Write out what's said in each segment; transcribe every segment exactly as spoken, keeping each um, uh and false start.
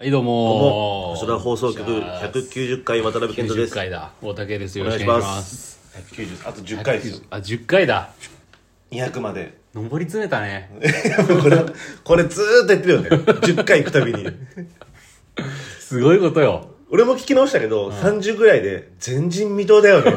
はい、どうもどうも細田放送局ひゃくきゅうじゅっかい渡辺健人です。 きゅうじゅっかいだ。大竹です。よおろし願いしまくお願いしますす。 ひゃくきゅうじゅうあとじゅっかいですよ。 あ、じゅっかいだ。 にひゃくまで上り詰めたね。 これこれずーっとやってるよね。じゅっかい行くたびにすごいことよ。 俺も聞き直したけど、うん、さんじゅうぐらいで前人未到だよね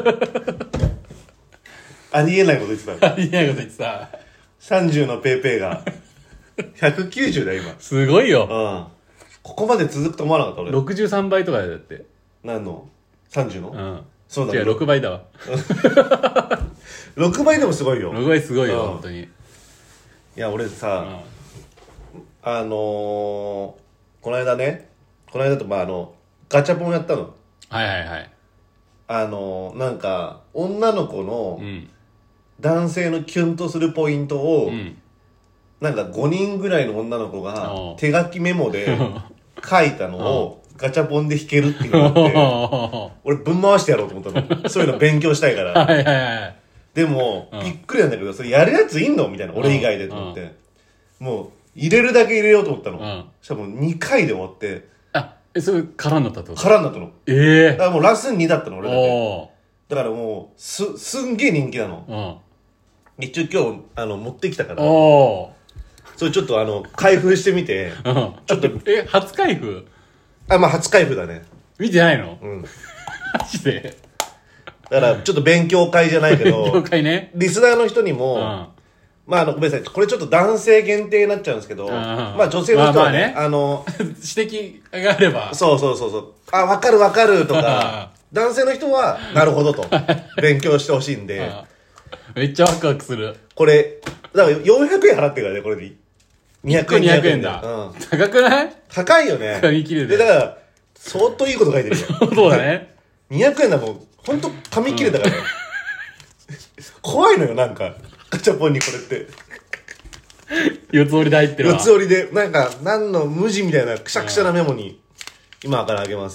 ありえないこと言ってた。 ありえないこと言ってた。 さんじゅうのペーペーがひゃくきゅうじゅうだよ今。 すごいよ。 うん。ここまで続くと思わなかった俺。 ろくじゅうさんばいとかだって。 何の ?さんじゅう の。 うん。 そうだね。 違う、ろくばいだわ。 ろくばいでもすごいよ。 ろくばいすごいよ、 うん、 本当に。いや俺さ、うん、あのー、この間ねこの間とまああのガチャポンやったの。 はいはいはい。 あのー、なんか女の子のうん男性のキュンとするポイントを、うん、なんかごにんぐらいの女の子が手書きメモで書いたのをガチャポンで弾けるっていうのがあって俺ぶん回してやろうと思ったの。そういうの勉強したいから。 はいはいはい。 でも、びっくりなんだけど、それやるやついんのみたいな。俺以外でと思って。もう、入れるだけ入れようと思ったの。そしたらもうにかいで終わって。 あ、え、それ空になったってこと？ 空になったの。 ええー。 だからもうラスにだったの、俺だけ。だからもう、す、すんげえ人気なの。一応今日、あの、持ってきたから。それちょっとあの、開封してみて。 ちょっと、え、初開封？ あ、まあ初開封だね。 見てないの？ うん。 マジで？ だからちょっと勉強会じゃないけど、 勉強会ね。 リスナーの人にも、うん、まああのごめんなさい、これちょっと男性限定になっちゃうんですけど、うん、まあ女性の人はね、まあ、ねあの指摘があれば、 そうそうそうそう、あ分かる分かるとか、男性の人はなるほどと勉強してほしいんで、 めっちゃワクワクする。 これだからよんひゃくえん払ってるからねこれで。にひゃくえんにひゃくえんだ。うん、高くない？ 高いよね。 紙切れで。 でだから相当いいこと書いてるよ。 そうだね。 にひゃくえんだもん。ほんと紙切れたからね、うん、怖いのよなんかガチャポンにこれって四つ折りで入ってるわ。 四つ折りでなんか何の無地みたいなくしゃくしゃなメモに今からあげます。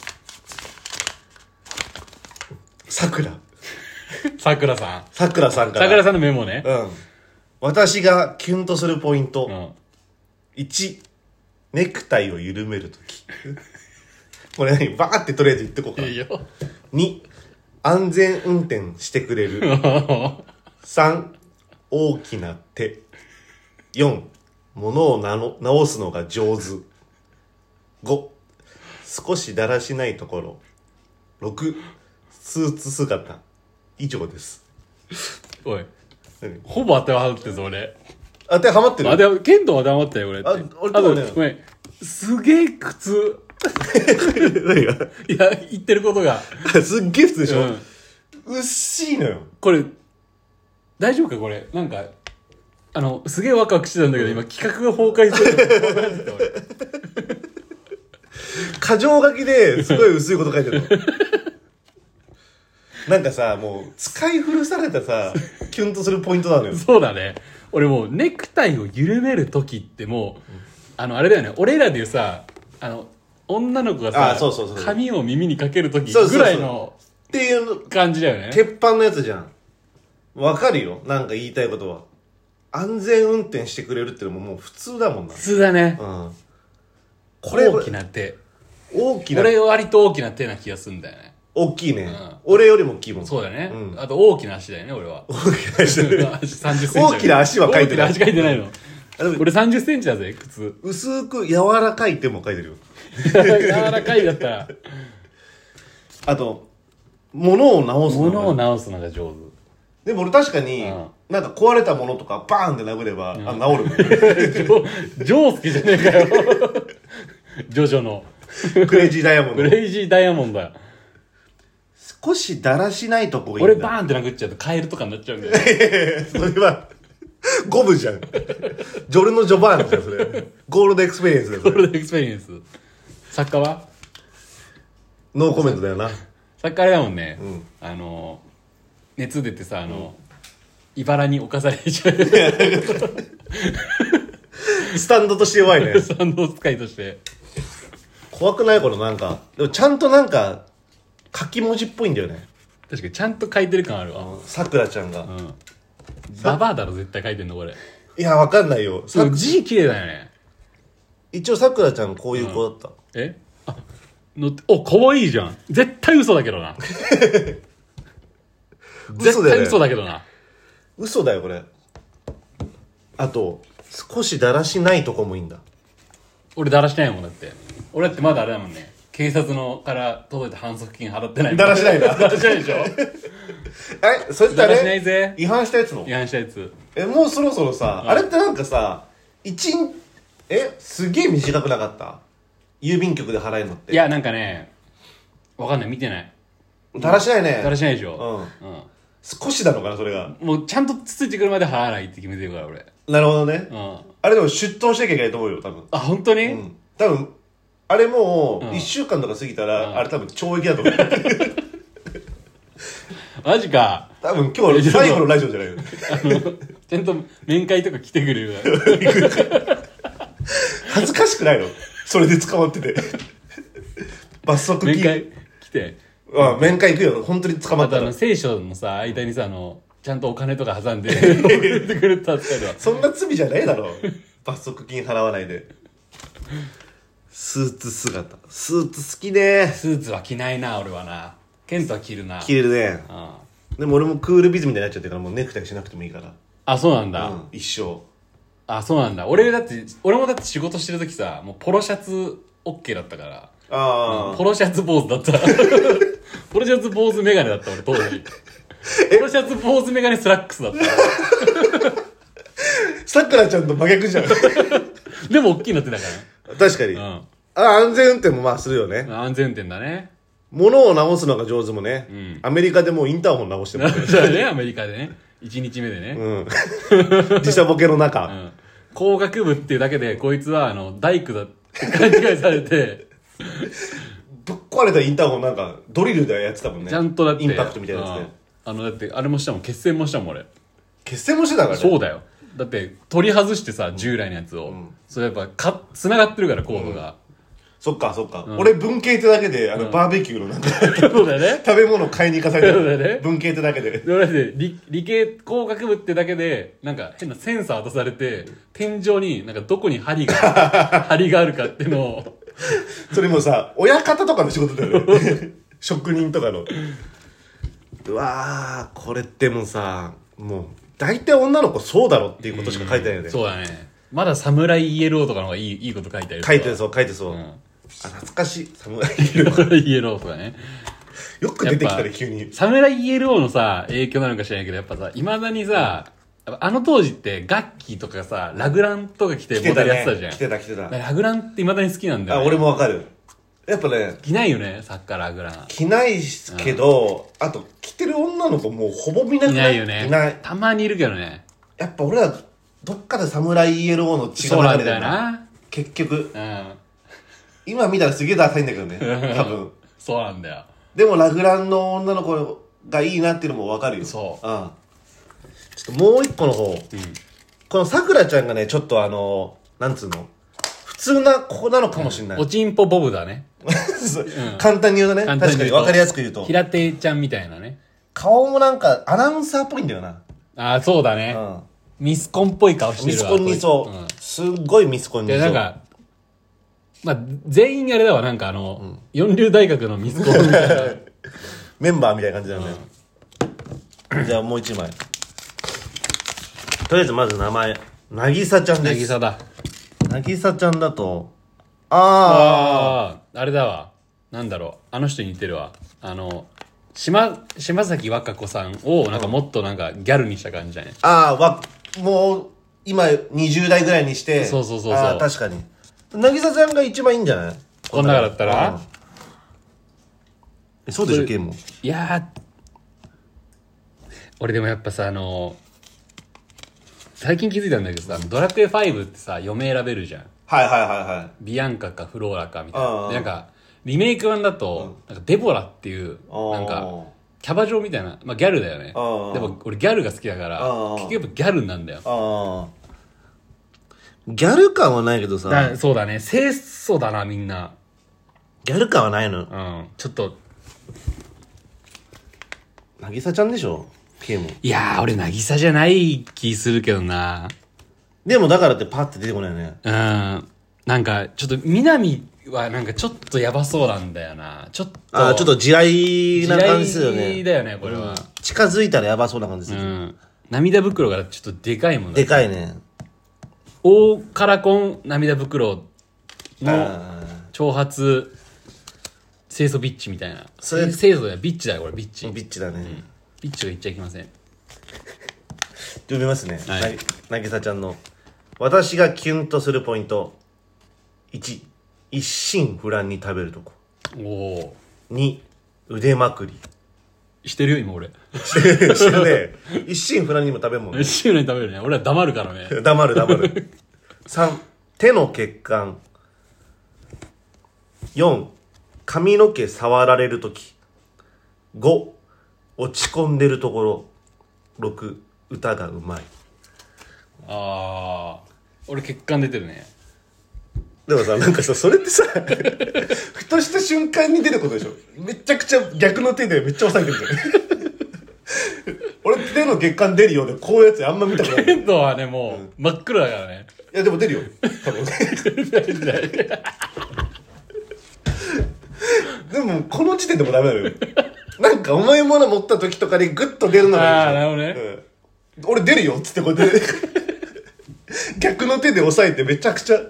さくらさくらさんさくらさんからさくらさんのメモね。 うん私がキュンとするポイント、うん、いちネクタイを緩めるときこれ何バーってとりあえず言ってこうか。 いいよ。 に安全運転してくれるさん大きな手よん物をなの直すのが上手ご少しだらしないところろくスーツ姿以上です。 おいほぼ当てはまってるぞ俺。 当てはまってる。 あでもケント当てはまったよ俺って。あ俺とかねごめんすげえ苦痛何がいや言ってることがすっげえ普通でしょ、うん、うっしいのよこれ。大丈夫かこれなんかあのすげえワクワクしてたんだけど、うん、今企画が崩壊する過剰書きですごい薄いこと書いてるのなんかさもう使い古されたさキュンとするポイントなのよ。 そうだね。俺もうネクタイを緩める時ってもう、うん、あのあれだよね俺らでいうさあの女の子がさそうそうそう髪を耳にかける時ぐらいのっていう感じだよね。 鉄板のやつじゃん。わかるよなんか言いたいことは。安全運転してくれるってのももう普通だもんな。 普通だね。うん。これ大きな手。 大きな俺割と大きな手な気がするんだよね。 大きいね、うん、俺よりも大きいもん。 そうだね、うん、あと大きな足だよね俺は。 大きな足だねさんじゅっセンチ大きな足は書いてない。 大きな足書いてないの俺さんじゅっセンチだぜ靴。 薄く柔らかい手も書いてるよ柔らかいだったらあと物を直すの物を直すのが上手。 でも俺確かに、うん、なんか壊れたものとかバーンって殴れば、うん、あ治るジョースケじゃねえかよジョジョのクレイジーダイヤモンド。 クレイジーダイヤモンドだよ。 少しだらしないとこがいいんだ。俺バーンって殴っちゃうとカエルとかになっちゃうんだよそれはゴブじゃん。ジョルノ・ジョバーンじゃんそれ。ゴールドエクスペリエンスだよ。 ゴールドエクスペリエンス。作家はノーコメントだよな。 作家あれだもんね、うん、あの熱出てさあの、うん、茨に侵されちゃうスタンドとして弱いね。 スタンド使いとして怖くないこのなんか。でもちゃんとなんか書き文字っぽいんだよね。 確かにちゃんと書いてる感あるわ。 さくらちゃんが、うん、 ババアだろ絶対書いてんのこれ。 いやわかんないよ。 字綺麗だよね。 一応さくらちゃんこういう子だった、 うん、えあのお可愛いじゃん。絶対嘘だけどな絶対嘘だけどな。 嘘だよこれ。あと少しだらしないとこもいいんだ。 俺だらしないもん。だって俺だってまだあれだもんね、警察のから届いた反則金払ってない。 だらしないなだらしないでしょえ、それってあれだらしないぜ。 違反したやつの違反したやつ。 え、もうそろそろさ、 うん、 あれってなんかさ一日えすげえ短くなかった？郵便局で払えるのって。 いやなんかね、わかんない、見てない。 だらしないね。 だらしないでしょ。 うん、 うん、 少しなのかなそれが。 もうちゃんとつついてくるまで払わないって決めてるから俺。 なるほどね、 うん、 あれでも出頭しなきゃいけないと思うよ多分。 あ、本当に？ うん、多分あれもううんいっしゅうかんとか過ぎたら、 うん、 あれ多分懲役だと思うマジか。 多分今日最後のラジオじゃないよあのちゃんと面会とか来てくれる恥ずかしくないのそれで捕まってて罰則金面会来て、 ああ面会行くよ本当に捕まったら。 あとあの聖書のさ間にさ、あのちゃんとお金とか挟んで送ってくれたってるわ。 そんな罪じゃないだろ罰則金払わないで。スーツ姿、スーツ好きね。 スーツは着ないな俺はな。ケントは着るな。 着れるね。 ああ、 でも俺もクールビズみたいになっちゃってからもうネクタイしなくてもいいから。 あ、そうなんだ、 うん、一生。 あ、そうなんだ。俺だって俺もだって仕事してる時さ、もうポロシャツ OK だったから。 ああ、 うん、ポロシャツ坊主だったポロシャツ坊主メガネだった俺当時ポロシャツ坊主メガネスラックスだったさくらちゃんと真逆じゃんでも大きいのってだか確かに、 ら、うん、 あ安全運転もまあするよね。 安全運転だね。 物を直すのが上手もね、 うん、 アメリカでもうインターホン直してますねそうだね、アメリカでねいちにちめでね、 うん、時差ボケの中、 うん、工学部っていうだけでこいつはあの大工だって勘違いされてぶっ壊れたインターホンなんかドリルでやってたもんね。 ちゃんとだってインパクトみたいなやつで、 あのだってあれもしたもん、決戦もしたもん俺。 決戦もしてたからね。 そうだよ。だって取り外してさ、従来のやつを、うん、それやっぱか繋がってるからコードが、うん、 そっかそっか、うん、俺文系ってだけであの、うん、バーベキューのなんかそうだよね食べ物買いに行かされた、 ね、 文系ってだけで俺で 理, 理系工学部ってだけでなんか変なセンサー渡されて天井になんかどこに針が針があるかっていうのをそれもさ親方とかの仕事だよね職人とかの。うわーこれってもさもう大体女の子そうだろっていうことしか書いてないよね、 うん、そうだね。まだサムライイエローとかの方がいいいいこと書いてある。 書いてるそう書いてそう、うん、あ懐かしいサムライイエローイエローとかね。 よく出てきたね急に。 サムライイエローのさ影響なのか知らないけどやっぱさいまだにさ、うん、あの当時ってガッキーとかさラグランとか着てモデルやってたじゃん。 着てた着てた。 ラグランっていまだに好きなんだよ、ね、 あ俺もわかる。やっぱね着ないよねサッカーラグラン。 着ないけど、うん、あと着てる女の子もうほぼ見なくない。 いないよね。 いない。 たまにいるけどね。 やっぱ俺らどっかでサムライイエローの血が流れてるな結局、うん、今見たらすげえダサいんだけどね多分そうなんだよ。 でもラグランの女の子がいいなっていうのも分かるよ。そう、うん、ちょっともう一個の方、うん、このさくらちゃんがねちょっとあのなんつうの普通な子なのかもしれない、 うん、おちんぽボブだね、うん、 簡単に言うとね。確かに分かりやすく言うと平手ちゃんみたいなね。顔もなんかアナウンサーっぽいんだよな。 ああそうだね、うん、ミスコンっぽい顔してるわ。 ミスコンにそう、うん、すっごいミスコンにそう。 でなんかまあ全員あれだわなんかあの、うん、四流大学のミスコンみたいなメンバーみたいな感じだよね、うん、じゃあもう一枚とりあえずまず名前なぎさちゃんです。 なぎさだ。 なぎさちゃんだとあああれだわなんだろうあの人に似てるわ。あの島島崎和歌子さんをなんかもっとなんかギャルにした感じじゃね。 ああわもう今にじゅう代ぐらいにしてそうそうそうそう。 あ確かになぎさちゃんが一番いいんじゃない。 こん中だったら、 うん、そうでしょケンも。 いや俺でもやっぱさあの最近気づいたんだけどさドラクエファイブってさ嫁選べるじゃん。 はいはいはいはい。 ビアンカかフローラかみたいな。でなんかリメイク版だと、うん、なんかデボラっていうなんかキャバ嬢みたいな、まあ、ギャルだよね。でも俺ギャルが好きだから結局やっぱギャルなんだよ。 あギャル感はないけどさだそうだね清楚だなみんな。 ギャル感はないの。 うんちょっとなぎさちゃんでしょケイも。 いやー俺なぎさじゃない気するけどな。 でもだからってパッて出てこないよね。 うんなんかちょっと南はなんかちょっとやばそうなんだよな。ちょっとああちょっと地雷な感じするよね。 地雷だよねこれは、うん、 近づいたらやばそうな感じする、うん、 涙袋がちょっとでかいもんね。 でかいね。 大カラコン涙袋の長髪清楚ビッチみたいな。それ清楚だよ。ビッチだよこれ。ビッチビッチだね、うん、 ビッチが言っちゃいけません。 読みますね。はい、なぎさちゃんの私がキュンとするポイント。いち、一心不乱に食べるとこ。おお。に、腕まくり。 してるよ今俺。 してるね。一心不乱にも食べるもんね。 一心不乱に食べるね。俺は黙るからね。 黙る黙る。さん、手の血管。よん、髪の毛触られるとき。ご、落ち込んでるところ。ろく、歌がうまい。 あー、俺血管出てるね。 でもさ、なんかさ、それってさ、ふとした瞬間に出ることでしょ。めちゃくちゃ逆の手でめっちゃ押さえてるじゃん。俺手の血管出るようでこういうやつあんま見たことない。 ケントはね、もう、うん、真っ黒だからね。 いやでも出るよ多分。でもこの時点でもダメだよ。なんか重いもの持った時とかにグッと出るのがいい。 ああなるほどね、 うん、俺出るよっつってこうやって逆の手で押さえてめちゃくちゃ。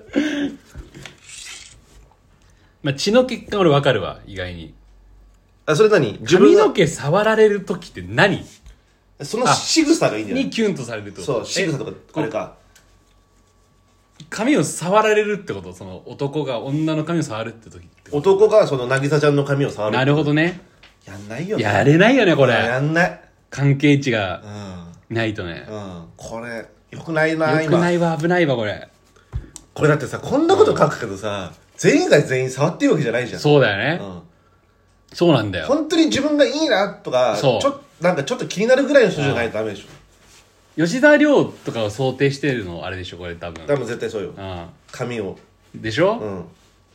まあ血の血管俺分かるわ意外に。 あそれ何？ 自分髪の毛触られる時って何？ その仕草がいいんじゃない？ にキュンとされると。 そう仕草とかこれか。 髪を触られるってこと？その男が女の髪を触るって時ってこと？ 男がその渚ちゃんの髪を触る。 なるほどね。 やんないよね。 やれないよねこれ。 やんない。 関係値がないとね。 うん。うん、これよくないな。 よくないわ危ないわこれ。 これだってさこんなこと書くけどさ、うん、全員が全員触っていいわけじゃないじゃん。 そうだよね。うん。そうなんだよ。 本当に自分がいいなとか、ちょなんかちょっと気になるぐらいの人じゃないとダメでしょ。 吉沢亮とかを想定してるのあれでしょこれ多分。 多分絶対そうよ。うん。髪を。 でしょ？うん。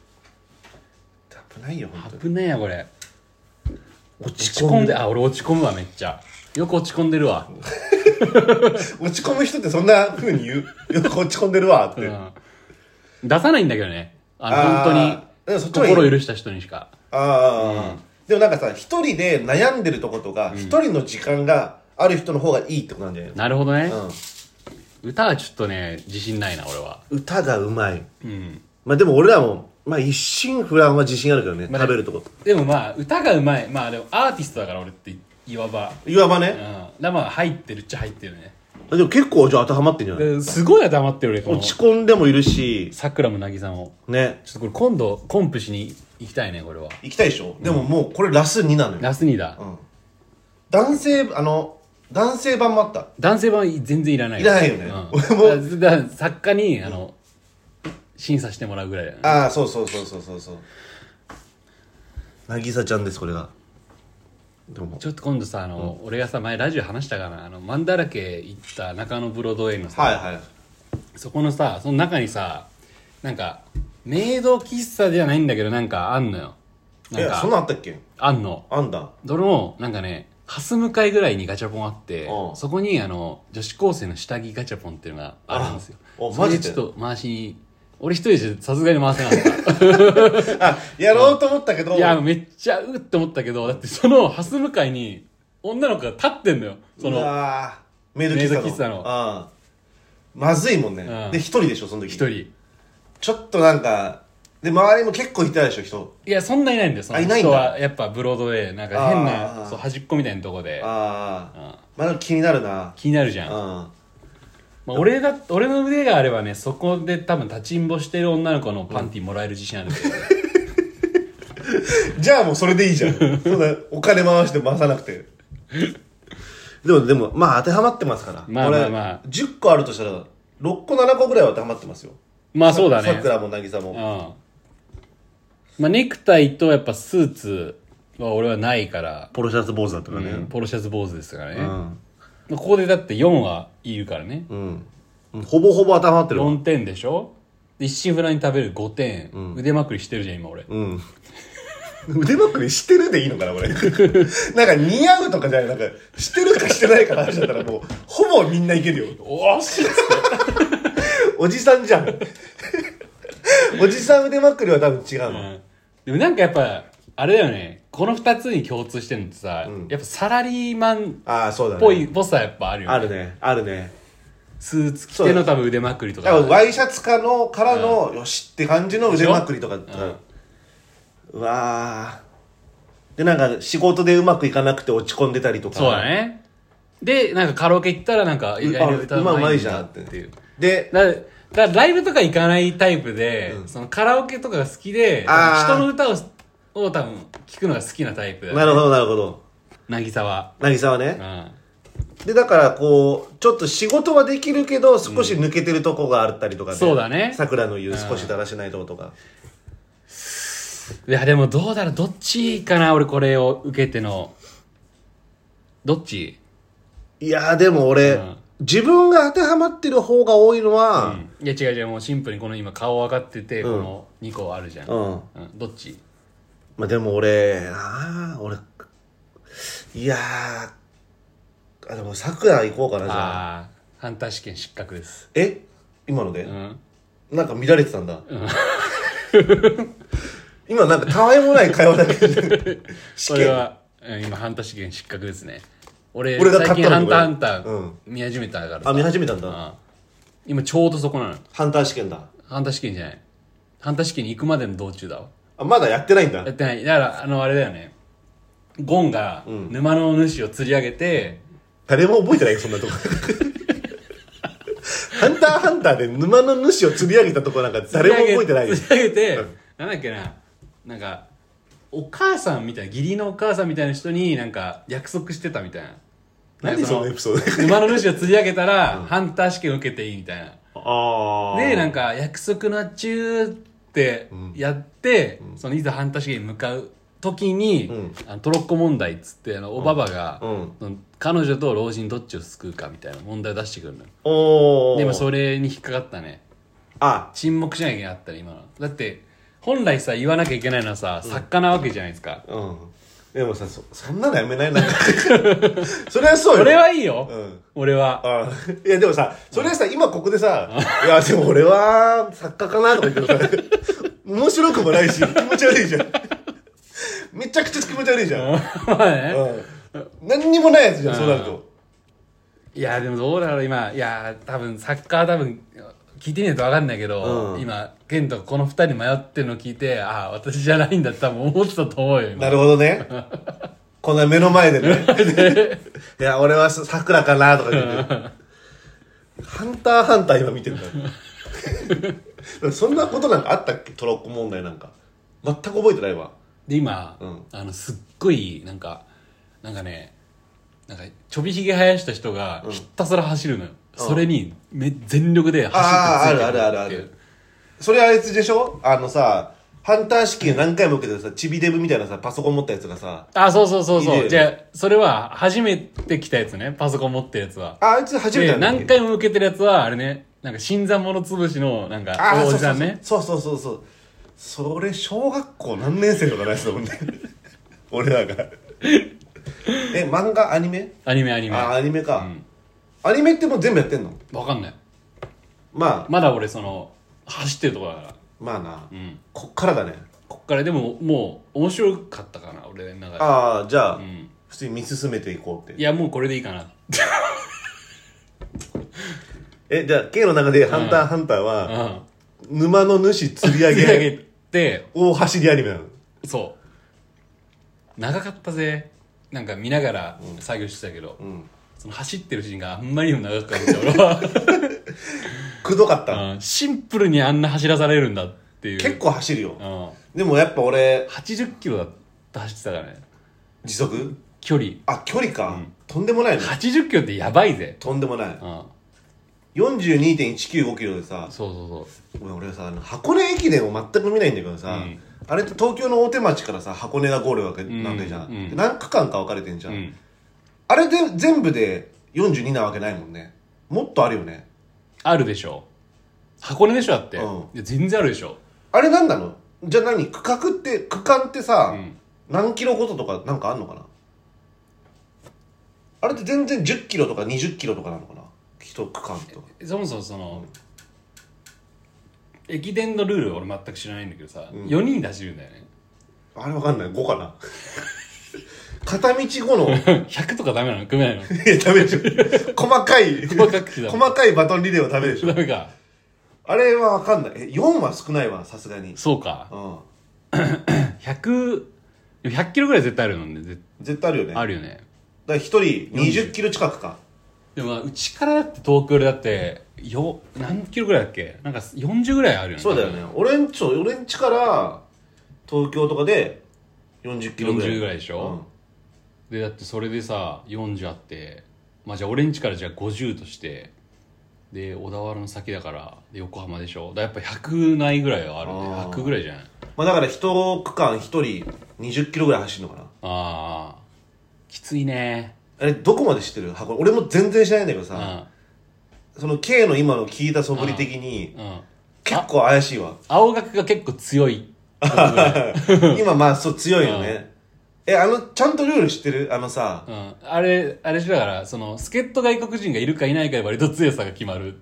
危ないよ本当に。 危ないやこれ。落ち込んで、あ俺落ち込むわめっちゃ。よく落ち込んでるわ。 落ち込む人ってそんな風に言う？よく落ち込んでるわって。うん、出さないんだけどね。あの本当に心許した人にしか。 ああ、うん、でもなんかさ一人で悩んでるとことか一、うん、人の時間がある人の方がいいってことなんじゃないの？ なるほどね、うん、歌はちょっとね自信ないな俺は。 歌がうまい、うん、まあでも俺らもまあ一心不乱は自信あるけどね、まあ、食べるとこ。 でもまあ歌がうまい、まあでもアーティストだから俺っていわばいわばね、 うん、だまあ入ってるっちゃ入ってるね。 でも結構じゃあ当てはまってんじゃない？ すごい当てはまってる俺。 落ち込んでもいるしさくらもなぎさもね。ちょっとこれ今度コンプしに行きたいねこれは。 行きたいでしょ、うん、でももうこれラスになのよ。 ラスにだ、うん、 男性あの男性版もあった。 男性版全然いらない。 いらないよね、うん、 俺もだ作家にあの、うん、審査してもらうぐらいだよね。 ああそうそうそうそうそうそう。なぎさちゃんですこれが。 でもちょっと今度さあの、うん、俺がさ前ラジオ話したかなあのマンだらけ行った中野ブロードウェイのさ、はいはい、そこのさその中にさなんかメイド喫茶じゃないんだけどなんかあんのよ。なんかそんなんあったっけ？ あんの。 あんだ。 どれもなんかねハス向かいぐらいにガチャポンあって、うん、そこにあの女子高生の下着ガチャポンっていうのがあるんですよ。 あマジで？ それでちょっと回しに俺一人じゃさすがに回せなかった。 あやろうと思ったけど、 いやめっちゃうって思ったけどだってそのハス向かいに女の子が立ってんのよ。そのメイド喫茶の, のあまずいもんね、うん、で一人でしょその時。 一人ちょっとなんかで周りも結構いたでしょ人。 いやそんないないんだよ。その人はやっぱブロードウェイなんか変なそう端っこみたいなとこで。ああまだ気になるな。 気になるじゃん。あまあ、俺だ俺の腕があればねそこで多分立ちんぼしてる女の子のパンティもらえる自信あるけど、 うん、じゃあもうそれでいいじゃん。そんなお金回して回さなくて。でもでもまあ当てはまってますから。 まあまあまあじゅっこあるとしたらろっこななこぐらいは当てはまってますよ。 まあそうだね。 さくらもなぎさも、うん、 まあネクタイとやっぱスーツは俺はないから。 ポロシャツ坊主だったからね、うん、 ポロシャツ坊主ですからね、うん、ここでだってよんはいるからね、うん、 ほぼほぼ当てはまってるわ。 よんてんでしょ。で一心不乱に食べるごてん、うん、腕まくりしてるじゃん今俺、うん、 腕まくりしてるでいいのかなこれ。なんか似合うとかじゃないなんかしてるかしてないかの話だったらもうほぼみんないけるよ。 おーしっつっておじさんじゃん。 おじさん腕まくりは多分違うの、うん、 でもなんかやっぱあれだよね、このふたつに共通してるのってさ、うん、やっぱサラリーマンっぽいぽさやっぱあるよね。 あるねあるね。 スーツ着ての多分腕まくりとか、 ワイシャツかのからの、うん、よしって感じの腕まくりとか、うん、うわーでなんか仕事でうまくいかなくて落ち込んでたりとか。 そうだね。でなんかカラオケ行ったらなんか意外に歌うまいんだっていう。 でだからライブとか行かないタイプで、うん、そのカラオケとかが好きで人の歌をを多分聞くのが好きなタイプだ、ね、 なるほどなるほど。 渚は渚はね、うん、でだからこうちょっと仕事はできるけど少し抜けてるとこがあったりとか、ね、 そうだね。 さくらの言う少しだらしないとことか、 うん、いやでもどうだろう、どっちかな。俺これを受けてのどっち。 いやでも俺、うん、自分が当てはまってる方が多いのは、 うん、いや違う違う、もうシンプルにこの今顔分かってて、うん、このにこあるじゃん、うんうん、どっち。 まあでも俺ああ俺いやーあでもさくら行こうかな。じゃああハンター試験失格です。 え今ので、うん、なんか乱れてたんだ、うん、今なんかたわいもない会話だけど試験俺は今ハンター試験失格ですね。 俺, 俺が最近ハンターハンター見始めたから、うん、 あ見始めたんだ、うん、 今ちょうどそこなの。 ハンター試験だ。 ハンター試験じゃない、ハンター試験に行くまでの道中だわ。 あまだやってないんだ。 やってない。だからあのあれだよね、ゴンが沼の主を釣り上げて、 うん、誰も覚えてないよそんなとこハンターハンターで沼の主を釣り上げたとこなんか誰も覚えてないよ。 釣り上げて、うん、なんだっけな、なんかお母さんみたいな、義理のお母さんみたいな人になんか約束してたみたいな。 何そのエピソード。 沼の主を釣り上げたら、うん、ハンター試験受けていいみたいな。 あでなんか約束の中ってやって、うん、そのいざハンター試験に向かう時に、うん、あのトロッコ問題っつってあのおばばが、うん、彼女と老人どっちを救うかみたいな問題を出してくるのよ。 おでもそれに引っかかったね。 あ沈黙しなきゃいけなかったね今の。だって本来さ言わなきゃいけないのはさ、うん、作家なわけじゃないですか、 うん、でもさ そ, そんなのやめないなんかそれはそうよ。 それはいいよ、うん、俺は。 あいやでもさそれはさ、うん、今ここでさいやでも俺は作家かなとか言ってるさ面白くもないし気持ち悪いじゃんめちゃくちゃ気持ち悪いじゃんまあね、うん、何にもないやつじゃん、そうなると。 いやでもどうだろう今。いや多分サッカー多分聞いてみないと分かんないけど、うん、今ケントがこのふたり迷ってるの聞いて、ああ私じゃないんだって多分思ってたと思うよ今。 なるほどねこんな目の前でねいや俺はさくらかなとか言ってハンターハンター今見てるからそんなことなんかあったっけ。トロッコ問題なんか全く覚えてないわ。 で今、うん、あのすっごいなんかなんかねなんかちょびひげ生やした人がひたすら走るのよ、うん、それにめ全力で走ってついてる。 あああるあるあるある。それあいつでしょ、あのさハンター試験何回も受けてさ、チビデブみたいなさパソコン持ったやつがさ。 あそうそうそうそう。じゃあそれは初めて来たやつね、パソコン持ってるやつは。 ああいつ初めてなんだっけ。 何回も受けてるやつはあれね、なんか新参者つぶしのなんかおじさんね。 そうそうそうそう。それ小学校何年生とかないっすもんね俺らがえ漫画アニメアニメアニメあアニメか、うん、アニメってもう全部やってんの。 分かんない。 まあまだ俺その走ってるとこだから。 まあな、 うん、 こっからだね。 こっからでももう面白かったかな俺の中で。 ああじゃあ、うん、普通に見進めていこうって。 いやもうこれでいいかなえじゃあ K の中でハンター、うん、ハンターは、うん、沼の主釣り上げ釣り上げて大走りアニメなの。 そう長かったぜ。なんか見ながら作業してたけど、うん、その走ってるシーンがあんまりにも長かった俺はくどかった、 うん、シンプルにあんな走らされるんだっていう。 結構走るよ、 うん、 でもやっぱ俺はちじゅっキロだって走ってたからね。 時速距離。 あ距離か、うん、とんでもないね。 はちじゅっキロってやばいぜ。 とんでもない、 うん、 よんじゅうにてんいちきゅうご キロでさ。 そうそうそう。 俺俺さあの箱根駅伝を全く見ないんだけどさ、うん、あれって東京の大手町からさ箱根がゴールわけなんでじゃん、うんうん、何区間か分かれてんじゃん、うん、あれで全部でよんじゅうになわけないもんね。もっとあるよね。 あるでしょ。箱根でしょだって、うん、いや全然あるでしょ。 あれなんなの。じゃあ何区画って区間ってさ、うん、何キロごととかなんかあんのかな。あれって全然じゅっキロとかにじゅっキロとかなのかな一区間とか。 そもそもその、 駅伝のルール俺全く知らないんだけどさ、うん、よにんで走るんだよね。 あれわかんない。ごかな片道ごのひゃくとかダメなの？組めないの？いやダメでしょ細かい細かく細かいバトンリレーはダメでしょ。 ダメか。 あれはわかんない。えよんは少ないわ、さすがに。 そうか。 うん。 ひゃく、ひゃっキロぐらい絶対あるのね。 絶対あるよね。 あるよね。 だからひとりにじゅっキロ近くか。 でもうちからだって東京でだってよ何キロぐらいだっけ？なんかよんじゅうぐらいあるよね。 そうだよね。俺んち俺んちから東京とかでよんじゅっキロぐらい。 よんじゅうぐらいでしょ。うん、でだってそれでさよんじゅうあって、まあじゃあ俺んちからじゃあごじゅうとして。で小田原の先だからで横浜でしょ。だやっぱひゃくないぐらいはあるんでひゃくぐらいじゃない。 まあだから一区間一人にじゅっキロぐらい走るのかな。 ああきついね。 あれどこまで知ってる？箱俺も全然知らないんだけどさ、うん、その K の今の聞いた素振り的に、うんうん、結構怪しいわ。 青学が結構強い今まあそう強いよね、うん、えあのちゃんとルール知ってる？あのさ、 うん、あれあれしだからその助っ人外国人がいるかいないかで割と強さが決まる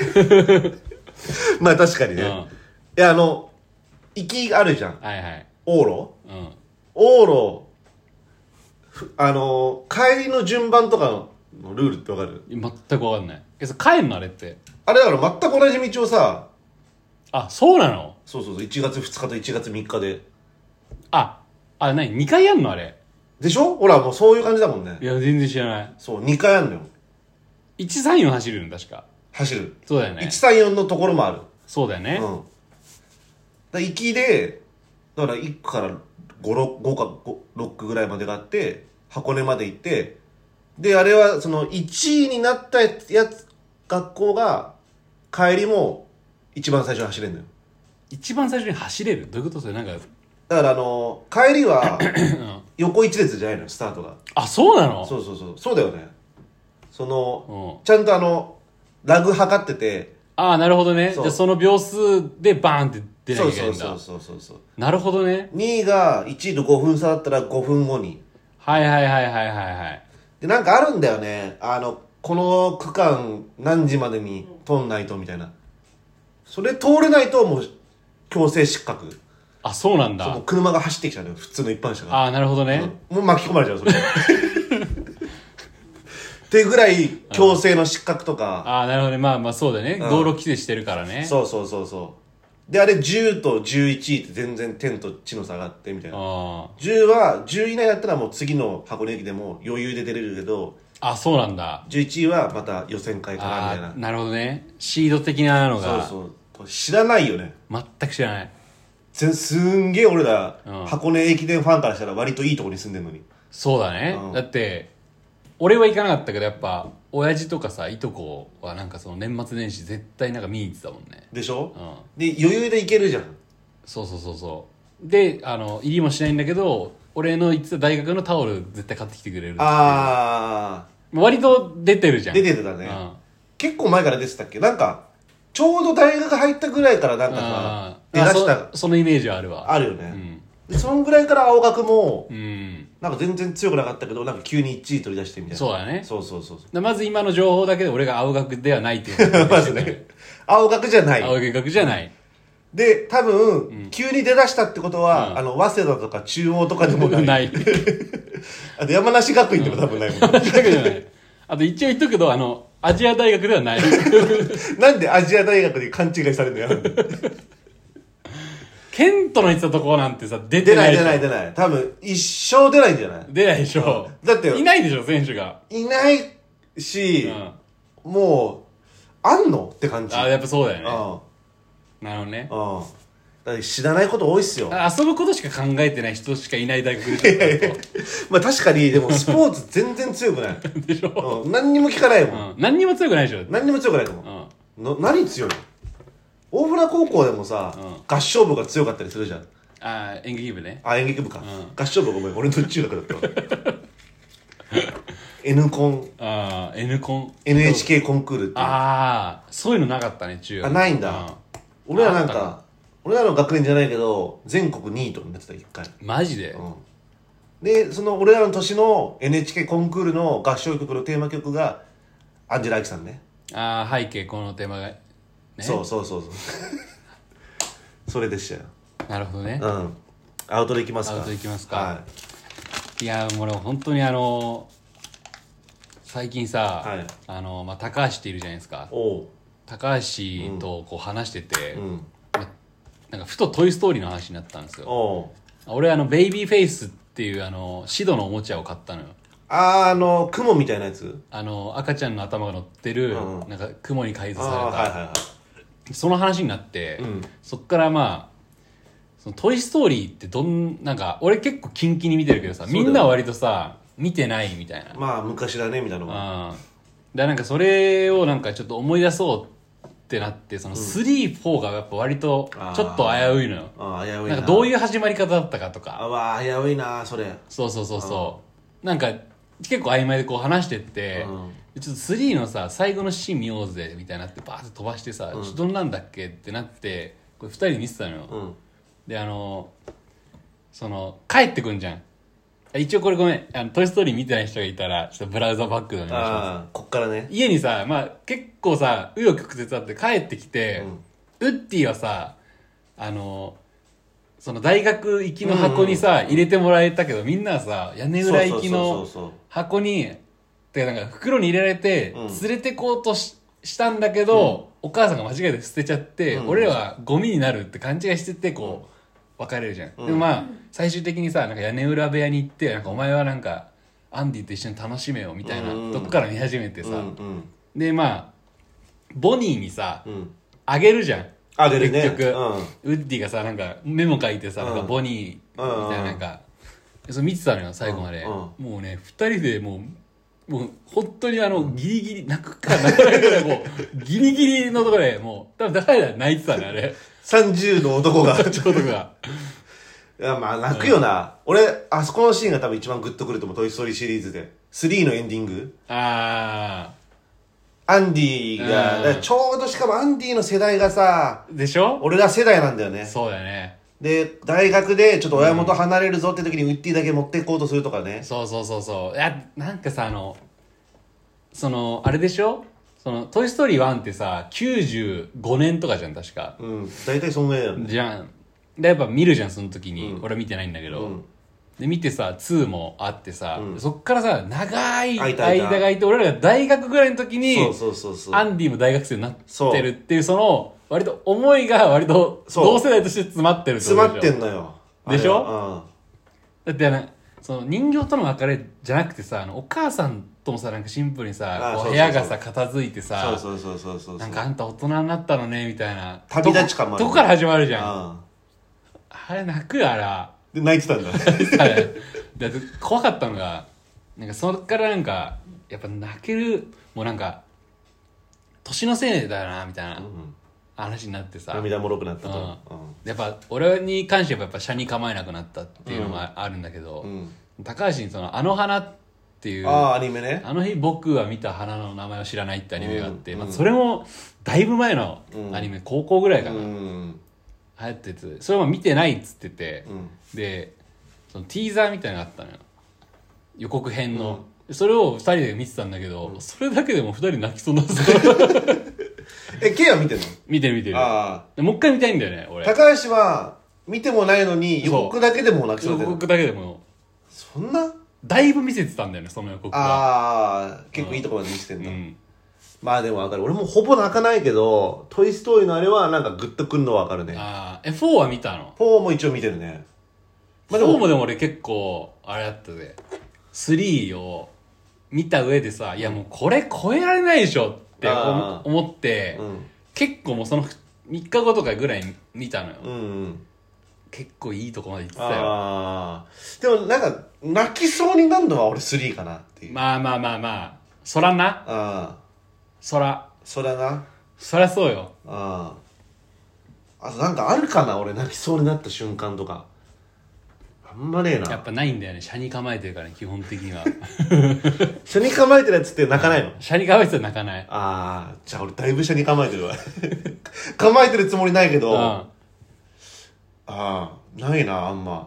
まあ確かにね、うん、いやあの行きあるじゃん、 はいはい、 往路、 うん、 往路あの帰りの順番とかのルールってわかる？ 全く分かんない。えそれ帰んのあれってあれだから全く同じ道をさ。 あそうなの？ そうそうそういちがつふつかといちがつみっかで。 ああ何にかいやんのあれでしょ？ほらもうそういう感じだもんね。 いや全然知らない。 そうにかいやんのよ。 いちさんよん走るの確か。 走る。 そうだよね。 いちさんよんのところもある。 そうだよね。 うんだ行きでだからいっこからご、ろく、ごかろっくぐらいまでがあって箱根まで行ってであれはそのいちいになったやつ学校が帰りも一番最初に走れるのよ。 一番最初に走れる？どういうこと？それなんかだからあの帰りは横一列じゃないのよスタートが。 あそうなの？ そうそうそうそうだよね。その、うん、ちゃんとあのラグ測ってて。 ああなるほどね。じゃあその秒数でバーンって出なきゃいけないんだ。 そうそうそうそうそうなるほどね。 にいがいちいとごふん差だったらごふんごにはいはいはいはいはいはいでなんかあるんだよね。あのこの区間何時までに通んないとみたいな。それ通れないともう強制失格。 あそうなんだ。 その車が走ってきちゃうのよ普通の一般車が。 ああなるほどね、 うん、もう巻き込まれちゃうそれっていうぐらい強制の失格とか。 ああなるほどね。まあまあそうだね、うん、道路規制してるからね。 そうそうそうそうであれじゅうとじゅういちいって全然天と地の差があってみたいな。あじゅうはじゅう以内だったらもう次の箱根駅でも余裕で出れるけど。 あそうなんだ。 じゅういちいはまた予選会からみたいな。 なるほどね。シード的なのが。 そうそう知らないよね。 全く知らない。 すんげえ俺ら、うん、箱根駅伝ファンからしたら割といいところに住んでるのに。 そうだね、うん、だって俺は行かなかったけどやっぱ親父とかさいとこはなんかその年末年始絶対なんか見に行ってたもんね。 でしょ、うん、で余裕で行けるじゃん。 そうそうそうそうであの入りもしないんだけど俺の行ってた大学のタオル絶対買ってきてくれるって。ああ割と出てるじゃん。 出てたね、うん、結構前から出てたっけ。なんかちょうど大学入ったぐらいからなんかさ出だしたそ, そのイメージはあるわ。 あるよね、うん、でそのぐらいから青学も、うん、なんか全然強くなかったけどなんか急にいちい取り出してみたいな。 そうだね。 そうそうそうそうまず今の情報だけで俺が青学ではないっていうまずね青学じゃない。 青学じゃない。 で多分、うん、急に出だしたってことは、うん、あの早稲田とか中央とかでもないないあと山梨学院でも多分ないもん、うん、じゃないあと一応言っとくけどあのアジア大学ではないなんでアジア大学で勘違いされるのやケントの言ってたとこなんてさ出てないでしょ。 出ない出ない出ない。多分一生出ないんじゃない？ 出ないでしょ。 だっていないでしょ選手が。 いないし、うん、もうあんのって感じ。 あやっぱそうだよね。なるほどね。 うんだって知らないこと多いっすよ。 遊ぶことしか考えてない人しかいない大学でまあ確かにでもスポーツ全然強くないでしょ、 うん、何にも聞かないもん、 うん、何にも強くないでしょ。 何にも強くないと思う、うん、の何強いの。大船高校でもさ、うん、合唱部が強かったりするじゃん。 あ演劇部ね。 あ演劇部か、うん、合唱部ごめん俺の中学だったわN コンあ N コンエヌエイチケー コンクールってああそういうのなかったね中学。 あないんだ、うん、俺らなんか俺らの学年じゃないけど全国にいとかになってた一回。 マジで、 うん、でその俺らの年の エヌエイチケー コンクールの合唱曲のテーマ曲がアンジェラ・アキさんね。 ああ背景このテーマが、ね、 そうそうそうそうそれでしたよ。 なるほどね。 うん。アウトでいきますか。 アウトいきますか。 はい。 いやもう俺本当にあの最近さ、 はい、 あのまあ高橋っているじゃないですか。 おう。 高橋とこう話してて、 うん、 なんかふとトイストーリーの話になったんですよ。 おう。 俺あのベイビーフェイスっていうあのシドのおもちゃを買ったのよ。 あー、あの雲みたいなやつ、 あの赤ちゃんの頭が乗ってる、うん、なんか雲に改造された、 はいはいはい、 その話になって、うん、そっからまあそのトイストーリーってどんなんか俺結構キンキンに見てるけどさ、みんなは割とさ見てないみたいな、 まあ昔だねみたいなのが、うん、だなんかそれをなんかちょっと思い出そうってなって、そのスリー、フォーがやっぱ割とちょっと危ういのよ。 あ危ういな。 なんかどういう始まり方だったかとか、 あわ危ういなそれ。 そうそうそうそう、なんか結構曖昧でこう話してって、うん、ちょっとスリーのさ最後のシーン見ようぜみたいになってバーって飛ばしてさ、うん、どんなんだっけってなってこれふたりで見てたのよ、うん、であのその帰ってくんじゃん。一応これごめん、あのトイストーリー見てない人がいたらちょっとブラウザバックでお願いします。 こっからね、 家にさ、まあ結構さ紆余曲折あって帰ってきて、うん、ウッディはさあのその大学行きの箱にさ、うんうん、入れてもらえたけど、みんなはさ屋根裏行きの箱にてなんか袋に入れられて、うん、連れてこうと し, したんだけど、うん、お母さんが間違えて捨てちゃって、うん、俺らはゴミになるって勘違いしててこう、うん、別れるじゃん、うん、でもまあ最終的にさなんか屋根裏部屋に行ってなんかお前はなんかアンディと一緒に楽しめよみたいな、うん、とこから見始めてさ、うんうん、でまあボニーにさ、うん、あげるじゃん。 あげるね、 結局、うん、ウッディがさなんかメモ書いてさ、うん、なんかボニーみたいななんか、うん、それ見てたのよ最後まで、うん、もうねふたりでもうもう本当にあのギリギリ泣くか泣かないぐらいもうギリギリのところでもう多分だから泣いてたねあれさんじゅうの男が男がいやまあ泣くよな、うん、俺あそこのシーンが多分一番グッとくると思う。トイストーリーシリーズでスリーのエンディング、 ああアンディが、うん、ちょうどしかもアンディの世代がさでしょ、 俺ら世代なんだよね。 そうだよね。 で大学でちょっと親元離れるぞって時にウッディだけ持っていこうとするとかね、 うん、そうそうそうそう。いやなんかさあのそのあれでしょ、そのトイストーリーワンってさきゅうじゅうごねんとかじゃん確か。 うん大体そんぐらいだよね。 じゃんでやっぱ見るじゃんその時に、うん、俺は見てないんだけど、うんで見てさツーもあってさ、うん、そっからさ長い間がいて俺らが大学ぐらいの時にアンディも大学生になってるっていうその割と思いが割と同世代として詰まってるってことでしょ。詰まってんのよでしょ、うん、だってあのその人形との別れじゃなくてさあのお母さんともさなんかシンプルにさこう部屋がさ片付いてさそうそうそうそうそうなんかあんた大人になったのねみたいな旅立ち感もあるとこから始まるじゃん。あれ泣くよあらで泣いてたんだだって怖かったのがなんかそっからなんかやっぱ泣けるもうなんか年のせいだよなみたいな話になってさ、 涙もろくなったと、うんうん、 やっぱ俺に関してはやっぱ車に構えなくなったっていうのもあるんだけど、うんうん、高橋にそのあの花っていうあアニメね、 あの日僕は見た花の名前を知らないってアニメがあって、うんまあ、それもだいぶ前のアニメ、うん、高校ぐらいかな、うん流行っててそれも見てないっつってて、うん、でそのティーザーみたいなのがあったのよ予告編の、うん、それをふたりで見てたんだけど、うん、それだけでもふたり泣きそうになってたえ、ケイは見てるの？ 見てる見てる。ああもう一回見たいんだよね俺。 高橋は見てもないのに予告だけでも泣きそうだよ。 予告だけでもそんなだいぶ見せてたんだよねその予告が。 ああ結構いいところまで見せてんだ、うん、まあでも分かる。俺もほぼ泣かないけどトイストーリーのあれはなんかグッとくるのは分かるね。 ああえフォーは見たの？ フォーも一応見てるね。 まあ、でもフォーもでも俺結構あれだったぜ。スリーを見た上でさいやもうこれ超えられないでしょって思って、うん、結構もうそのみっかごとかぐらい見たのよ、うんうん、結構いいとこまで行ってたよ。 あでもなんか泣きそうになるのは俺スリーかなっていう。 まあまあまあまあそらなあそらそらなそらそうよ。 ああとなんかあるかな俺泣きそうになった瞬間とか。あんまねえな。 やっぱないんだよね。車に構えてるからね基本的には車に構えてるやつって泣かないの？ 車に構えてる泣かない。 ああじゃあ俺だいぶ車に構えてるわ構えてるつもりないけど、うん、ああないなあんま。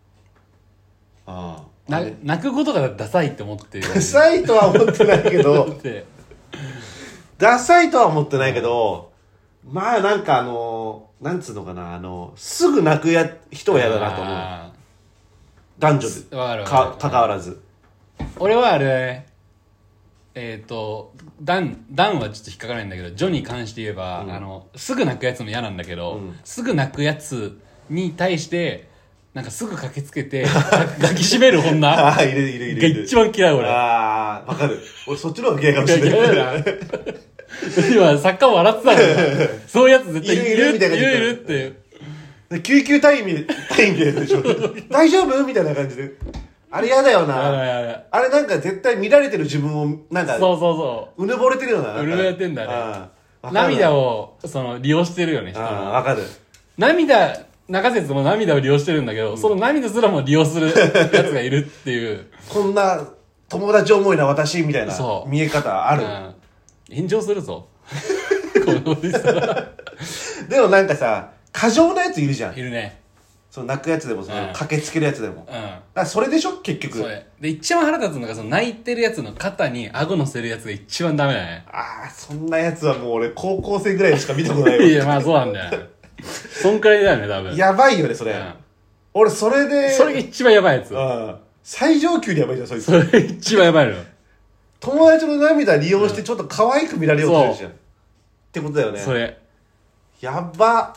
ああな泣くことがダサいって思ってる。 ダサいとは思ってないけどダサいとは思ってないけど、まあなんかあののなんつうのかな、あのすぐ泣くや人は嫌だなと思う。男女でわかるわか関わらず。 俺はあれえっ、ー、とダンダンはちょっと引っかからないんだけど、ジョに関して言えば、うん、あのすぐ泣くやつも嫌なんだけど、うん、すぐ泣くやつに対してなんかすぐ駆けつけて抱きしめる女あいるいるいるいるが一番嫌い俺。 ああわかる。俺そっちの方が嫌いかもしれない。 今作家も笑ってたからそういうやつ絶対いるいるみたいな、いるいるって救急隊員みたいでしょ大丈夫みたいな感じで、あれ嫌だよな。あれなんか絶対見られてる自分をなんかそうそうそううぬぼれてるような、 うぬぼれてんだね。涙をその利用してるよね人の。 わかる。 涙中説も涙を利用してるんだけど、うん、その涙すらも利用するやつがいるっていうこんな友達思いな私みたいな見え方ある、うん、 炎上するぞこのおじさんでもなんかさ過剰なやついるじゃん。 いるね。 その泣くやつでもその、うん、駆けつけるやつでも、うん、だからそれでしょ結局。 それで一番腹立つのがその泣いてるやつの肩に顎乗せるやつが一番ダメだね。 ああそんなやつはもう俺高校生ぐらいしか見たことないわいやまあそうなんだよそんくらいだよね多分。 やばいよねそれ、うん、俺それでそれが一番やばいやつ。 うん最上級にやばいじゃんそいつ。 それ一番やばいの。 友達の涙利用してちょっと可愛く見られようとするじゃん、うん、ってことだよね。 それやば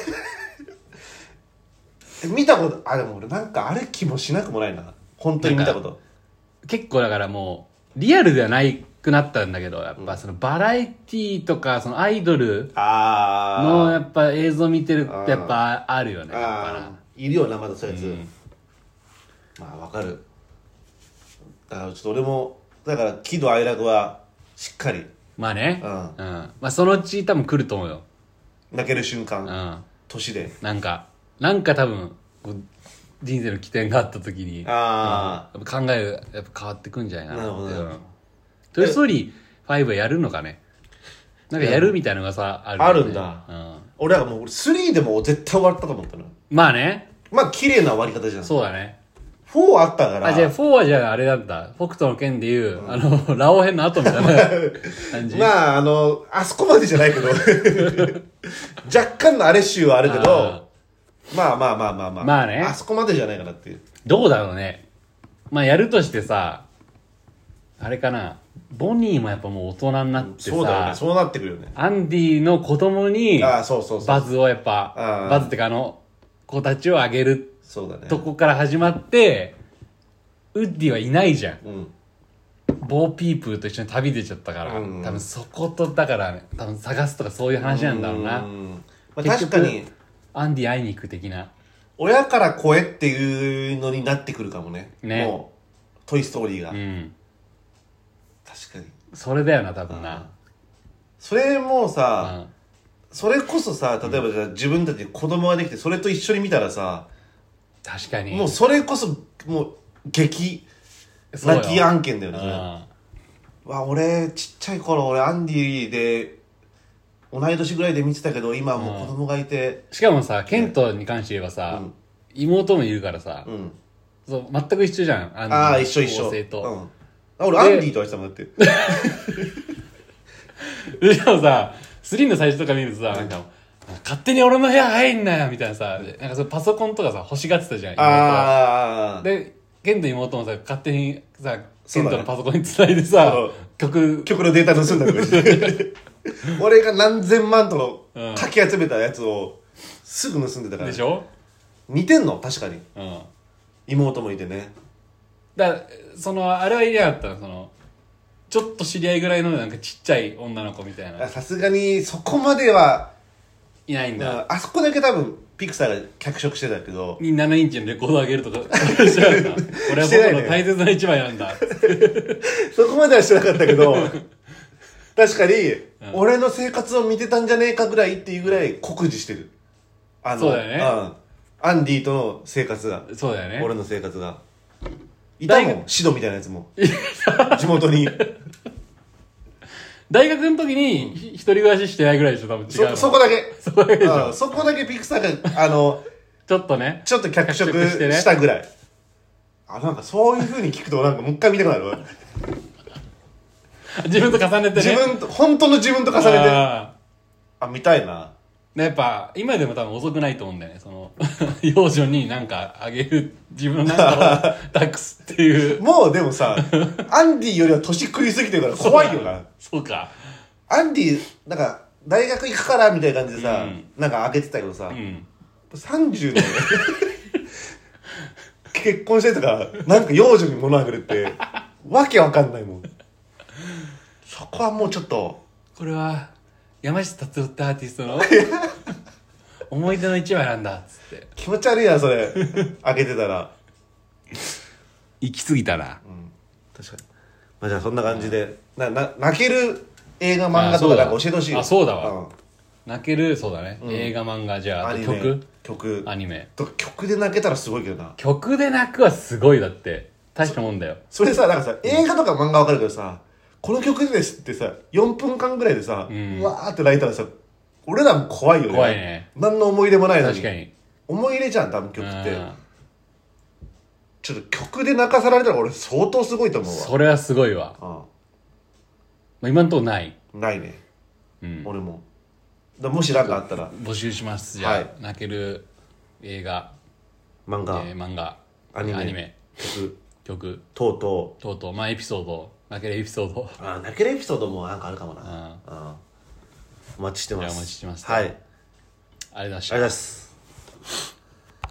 見たことあでも俺なんかあれ気もしなくもないな本当に見たこと。 結構だからもうリアルではないくなったんだけどやっぱそのバラエティとかそのアイドルのやっぱ映像見てるってやっぱあるよね。やっぱないるよなまだそういうやつ、うん、まあわかる。だからちょっと俺もだから喜怒哀楽はしっかりまあね、うんうんまあ、そのうち多分来ると思うよ泣ける瞬間、 うん、 年でなんかなんか多分こう人生の起点があった時にあ、うん、やっぱ考えがやっぱ変わってくんじゃないかなって。なるほど、うん、トイストーリーファイブはやるのかね。なんかやるみたいなのがさある、ね、 あるんだ、うん、俺はもうスリーでも絶対終わったと思ったの。 まあねまあ綺麗な終わり方じゃん。 そうだね。 フォーあったから。 あ、じゃあフォーはじゃああれなんだ。北斗の拳でいう、うん、あの、ラオウ編の後みたいな感じ。 まあ、あの、あそこまでじゃないけど。若干のあれ臭はあるけど、まあまあまあまあまあ。 まあね。 あそこまでじゃないかなっていう。 どうだろうね。まあやるとしてさ、あれかな。ボニーもやっぱもう大人になってさ。 そうだよね。そうなってくるよね。 アンディの子供に、 あそうそうそうバズをやっぱ、バズってかあの、子たちをあげる。 そうだね、 とこから始まってウッディはいないじゃん、うん、ボーピープーと一緒に旅出ちゃったから、うん、多分そことだからね多分探すとかそういう話なんだろうな。うん、 まあ、確かにアンディ会いに行く的な親から声っていうのになってくるかもね。ねもうトイストーリーが、うん、確かにそれだよな多分な。 それもさ、うん、それこそさ例えばじゃあ自分たち子供ができてそれと一緒に見たらさ確かにもうそれこそもう激泣き案件だよね。それわ俺ちっちゃい頃俺アンディで同い年ぐらいで見てたけど今はもう子供がいて、 しかもさケントに関して言えばさ、うん、妹もいるからさ、うん、そう全く一緒じゃん。 ああ一緒一緒、うん、あ俺アンディとはしたもんだってでもさスリーの最初とか見るとさ、うん、なんか勝手に俺の部屋入んなよみたいなさ、なんかそパソコンとかさ欲しがってたじゃん。 あでケンと妹もさ勝手にさケンとのパソコンにつないでさ、ね、曲曲のデータ盗んだとかして俺が何千万とのかき集めたやつをすぐ盗んでたから、 でしょ。 似てんの確かに、うん、妹もいてね。 だそのあれは嫌だったのそのちょっと知り合いぐらいのなんかちっちゃい女の子みたいな。 さすがにそこまではいないんだ。 あそこだけ多分ピクサーが脚色してたけどななインチのレコード上げるとかしてなかった俺は僕の大切な一枚なんだそこまではしてなかったけど確かに、うん、俺の生活を見てたんじゃねえかぐらいっていうぐらい酷似してる。あのそうだよね、うん、 アンディとの生活がそうだよね。 俺の生活がいたもん。シドみたいなやつも地元に大学の時に一人暮らししてないぐらいでしょ多分。違うそ, そこだけそこだけでしょ。 そこだけピクサーがあのちょっとねちょっと脚色したぐらい、ね、あなんかそういう風に聞くとなんかもう一回見たくなる自分と重ねてね。 自分と本当の自分と重ねてああ見たいな。 やっぱ今でも多分遅くないと思うんだよね、その幼女になんかあげる、自分のなんかを託すっていうもうでもさアンディよりは年食いすぎてるから怖いよな。 そうか。 アンディなんか大学行くからみたいな感じでさ、うん、なんかあげてたけどさ、うん、さんじゅうで結婚してとかなんか幼女に物あげるってわけわかんないもん。そこはもうちょっとこれは山下達郎ってアーティストの思い出の一枚なんだっつって気持ち悪いなそれあげてたら行き過ぎたな、うん、 確かに。まあじゃあそんな感じで、うん、なな泣ける映画漫画とかなんか教えてほしいよ。 あそうだわ、うん、泣けるそうだね、うん、映画漫画じゃあ、あと曲曲アニメと曲で泣けたらすごいけどな。 曲で泣くはすごい、だって大したもんだよ。 そ, それさなんかさ映画とか漫画わかるけどさ、この曲ですってさよんぷんかんぐらいでさ、うん、うわーって泣いたらさ俺らも怖いよね。 怖いね。 何の思い入れもないのに。 確かに思い入れじゃん多分曲って。ちょっと曲で泣かされたら俺相当すごいと思うわ。 それはすごいわ。ああ、まあ、今んとこないないね、うん、俺もだもし何かあったら募集します。じゃあ、はい、泣ける映画漫画、 えー、漫画アニメ、 アニメ曲曲とうとうとうとうまあエピソード泣けるエピソードあ泣けるエピソードもなんかあるかもな。ああお待ちしてます。 お待ちしてます。 はい、ありがとうございました。 ありがとうございます。